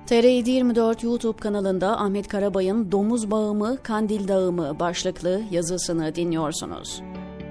TR724 YouTube kanalında Ahmet Karabay'ın "Domuz Bağı mı, Kandil Dağı mı" başlıklı yazısını dinliyorsunuz.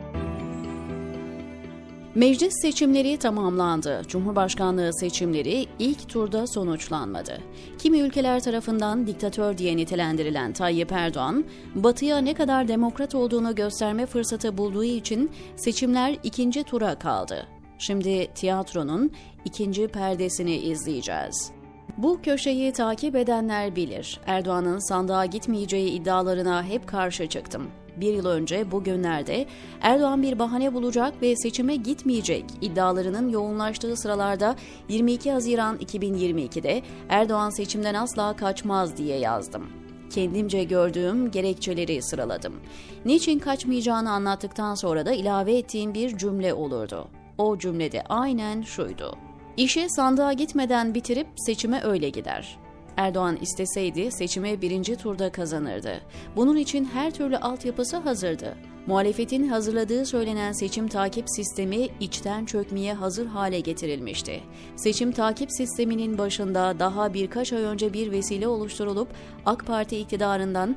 Meclis seçimleri tamamlandı. Cumhurbaşkanlığı seçimleri ilk turda sonuçlanmadı. Kimi ülkeler tarafından diktatör diye nitelendirilen Tayyip Erdoğan, Batı'ya ne kadar demokrat olduğunu gösterme fırsatı bulduğu için seçimler ikinci tura kaldı. Şimdi tiyatronun ikinci perdesini izleyeceğiz. Bu köşeyi takip edenler bilir. Erdoğan'ın sandığa gitmeyeceği iddialarına hep karşı çıktım. Bir yıl önce bugünlerde Erdoğan bir bahane bulacak ve seçime gitmeyecek iddialarının yoğunlaştığı sıralarda 22 Haziran 2022'de Erdoğan seçimden asla kaçmaz diye yazdım. Kendimce gördüğüm gerekçeleri sıraladım. Niçin kaçmayacağını anlattıktan sonra da ilave ettiğim bir cümle olurdu. O cümlede aynen şuydu: İşi sandığa gitmeden bitirip seçime öyle gider. Erdoğan isteseydi seçimi birinci turda kazanırdı. Bunun için her türlü altyapısı hazırdı. Muhalefetin hazırladığı söylenen seçim takip sistemi içten çökmeye hazır hale getirilmişti. Seçim takip sisteminin başında daha birkaç ay önce bir vesile oluşturulup AK Parti iktidarından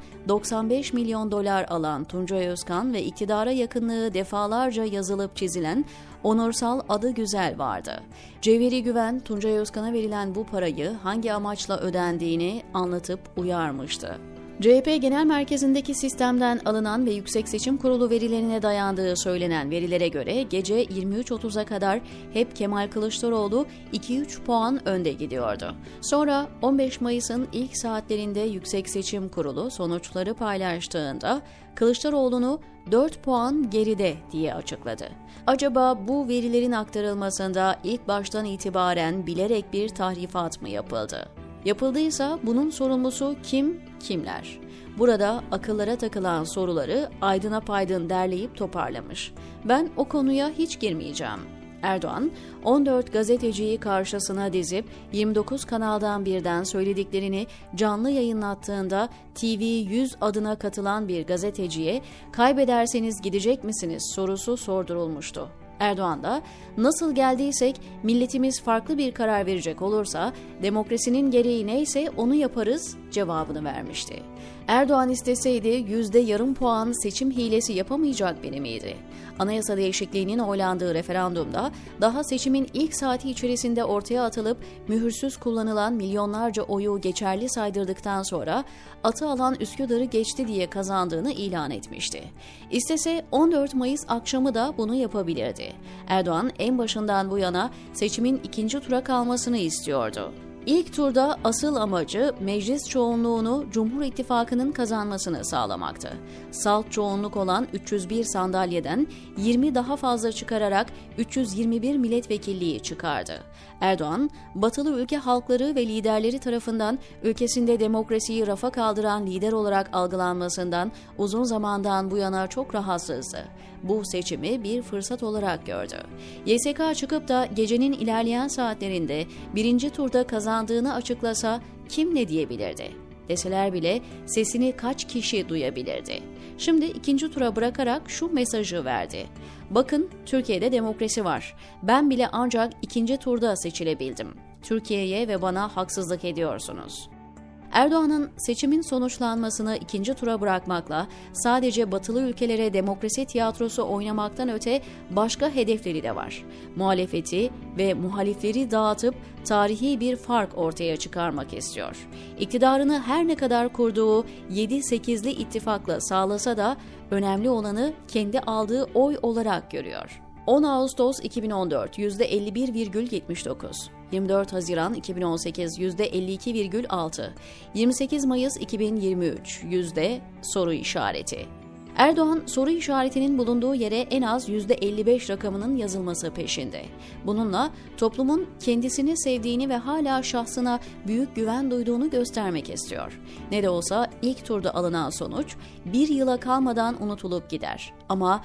95 milyon dolar alan Tuncay Özkan ve iktidara yakınlığı defalarca yazılıp çizilen Onursal Adıgüzel vardı. Cevheri Güven, Tuncay Özkan'a verilen bu parayı hangi amaçla ödendiğini anlatıp uyarmıştı. CHP Genel Merkezi'ndeki sistemden alınan ve Yüksek Seçim Kurulu verilerine dayandığı söylenen verilere göre gece 23.30'a kadar hep Kemal Kılıçdaroğlu 2-3 puan önde gidiyordu. Sonra 15 Mayıs'ın ilk saatlerinde Yüksek Seçim Kurulu sonuçları paylaştığında Kılıçdaroğlu'nu 4 puan geride diye açıkladı. Acaba bu verilerin aktarılmasında ilk baştan itibaren bilerek bir tahrifat mı yapıldı? Yapıldıysa bunun sorumlusu kimler? Burada akıllara takılan soruları Aydın Apaydın derleyip toparlamış. Ben o konuya hiç girmeyeceğim. Erdoğan, 14 gazeteciyi karşısına dizip 29 kanaldan birden söylediklerini canlı yayınlattığında TV100 adına katılan bir gazeteciye "Kaybederseniz gidecek misiniz?" sorusu sordurulmuştu. Erdoğan da "Nasıl geldiysek milletimiz farklı bir karar verecek olursa demokrasinin gereği neyse onu yaparız" cevabını vermişti. Erdoğan isteseydi %0,5 puan seçim hilesi yapamayacak biri miydi? Anayasa değişikliğinin oylandığı referandumda daha seçimin ilk saati içerisinde ortaya atılıp mühürsüz kullanılan milyonlarca oyu geçerli saydırdıktan sonra atı alan Üsküdar'ı geçti diye kazandığını ilan etmişti. İstese 14 Mayıs akşamı da bunu yapabilirdi. Erdoğan en başından bu yana seçimin ikinci tura kalmasını istiyordu. İlk turda asıl amacı meclis çoğunluğunu Cumhur İttifakı'nın kazanmasını sağlamaktı. Salt çoğunluk olan 301 sandalyeden 20 daha fazla çıkararak 321 milletvekilliği çıkardı. Erdoğan, batılı ülke halkları ve liderleri tarafından ülkesinde demokrasiyi rafa kaldıran lider olarak algılanmasından uzun zamandan bu yana çok rahatsızdı. Bu seçimi bir fırsat olarak gördü. YSK çıkıp da gecenin ilerleyen saatlerinde birinci turda kazandığını açıklasa kim ne diyebilirdi? Deseler bile sesini kaç kişi duyabilirdi? Şimdi ikinci tura bırakarak şu mesajı verdi: "Bakın, Türkiye'de demokrasi var. Ben bile ancak ikinci turda seçilebildim. Türkiye'ye ve bana haksızlık ediyorsunuz." Erdoğan'ın seçimin sonuçlanmasını ikinci tura bırakmakla sadece batılı ülkelere demokrasi tiyatrosu oynamaktan öte başka hedefleri de var. Muhalefeti ve muhalifleri dağıtıp tarihi bir fark ortaya çıkarmak istiyor. İktidarını her ne kadar kurduğu 7-8'li ittifakla sağlasa da önemli olanı kendi aldığı oy olarak görüyor. 10 Ağustos 2014 %51,79, 24 Haziran 2018 %52,6, 28 Mayıs 2023 soru işareti. Erdoğan, soru işaretinin bulunduğu yere en az %55 rakamının yazılması peşinde. Bununla toplumun kendisini sevdiğini ve hala şahsına büyük güven duyduğunu göstermek istiyor. Ne de olsa ilk turda alınan sonuç bir yıla kalmadan unutulup gider. Ama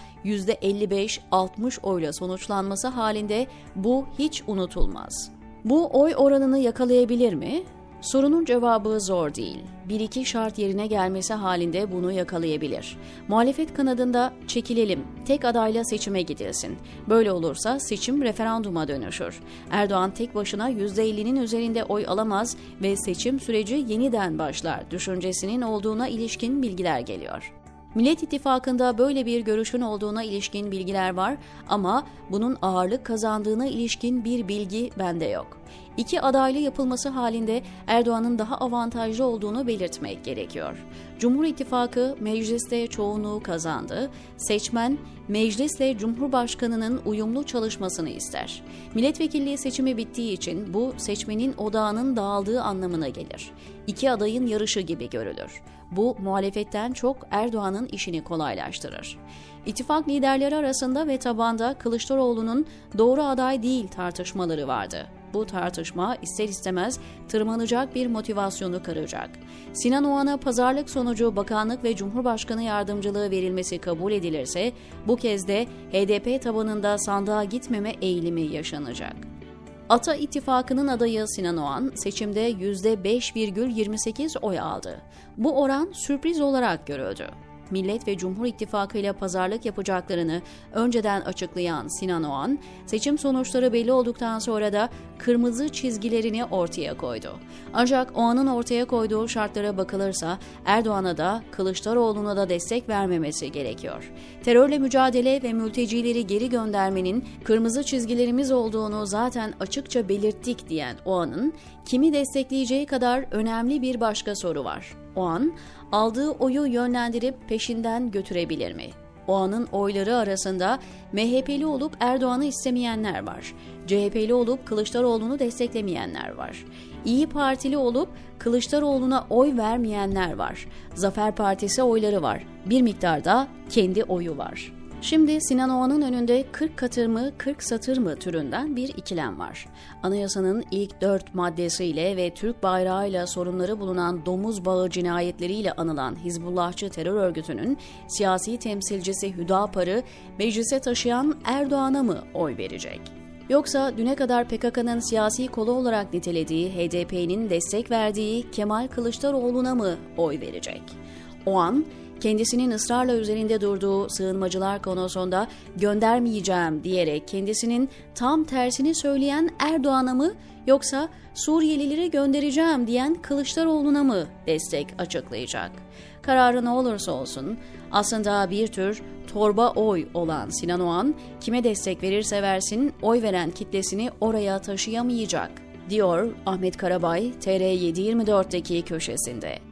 %55-60 oyla sonuçlanması halinde bu hiç unutulmaz. Bu oy oranını yakalayabilir mi? Sorunun cevabı zor değil. Bir iki şart yerine gelmesi halinde bunu yakalayabilir. Muhalefet kanadında çekilelim, tek adayla seçime gidilsin. Böyle olursa seçim referanduma dönüşür. Erdoğan tek başına %50'nin üzerinde oy alamaz ve seçim süreci yeniden başlar düşüncesinin olduğuna ilişkin bilgiler geliyor. Millet İttifakı'nda böyle bir görüşün olduğuna ilişkin bilgiler var ama bunun ağırlık kazandığına ilişkin bir bilgi bende yok. İki adaylı yapılması halinde Erdoğan'ın daha avantajlı olduğunu belirtmek gerekiyor. Cumhur İttifakı mecliste çoğunluğu kazandı. Seçmen meclisle Cumhurbaşkanı'nın uyumlu çalışmasını ister. Milletvekilliği seçimi bittiği için bu seçmenin odağının dağıldığı anlamına gelir. İki adayın yarışı gibi görülür. Bu muhalefetten çok Erdoğan'ın işini kolaylaştırır. İttifak liderleri arasında ve tabanda Kılıçdaroğlu'nun doğru aday değil tartışmaları vardı. Bu tartışma ister istemez tırmanacak bir motivasyonu kıracak. Sinan Oğan'a pazarlık sonucu bakanlık ve Cumhurbaşkanı yardımcılığı verilmesi kabul edilirse bu kez de HDP tabanında sandığa gitmeme eğilimi yaşanacak. Ata İttifakı'nın adayı Sinan Oğan seçimde %5,28 oy aldı. Bu oran sürpriz olarak görüldü. Millet ve Cumhur İttifakı ile pazarlık yapacaklarını önceden açıklayan Sinan Oğan, seçim sonuçları belli olduktan sonra da kırmızı çizgilerini ortaya koydu. Ancak Oğan'ın ortaya koyduğu şartlara bakılırsa Erdoğan'a da Kılıçdaroğlu'na da destek vermemesi gerekiyor. Terörle mücadele ve mültecileri geri göndermenin kırmızı çizgilerimiz olduğunu zaten açıkça belirttik diyen Oğan'ın kimi destekleyeceği kadar önemli bir başka soru var. Oğan, aldığı oyu yönlendirip peşinden götürebilir mi? Oğan'ın oyları arasında MHP'li olup Erdoğan'ı istemeyenler var. CHP'li olup Kılıçdaroğlu'nu desteklemeyenler var. İYİ Partili olup Kılıçdaroğlu'na oy vermeyenler var. Zafer Partisi oyları var. Bir miktarda kendi oyu var. Şimdi Sinan Oğan'ın önünde 40 katır mı 40 satır mı türünden bir ikilem var. Anayasanın ilk 4 maddesiyle ve Türk bayrağıyla sorunları bulunan domuz bağı cinayetleriyle anılan Hizbullahçı terör örgütünün siyasi temsilcisi Hüdapar'ı meclise taşıyan Erdoğan'a mı oy verecek? Yoksa düne kadar PKK'nın siyasi kolu olarak nitelediği HDP'nin destek verdiği Kemal Kılıçdaroğlu'na mı oy verecek? O an kendisinin ısrarla üzerinde durduğu sığınmacılar konusunda göndermeyeceğim diyerek kendisinin tam tersini söyleyen Erdoğan'a mı yoksa Suriyelileri göndereceğim diyen Kılıçdaroğlu'na mı destek açıklayacak? Kararı ne olursa olsun aslında bir tür torba oy olan Sinan Oğan kime destek verirse versin oy veren kitlesini oraya taşıyamayacak, diyor Ahmet Karabay TR724'deki köşesinde.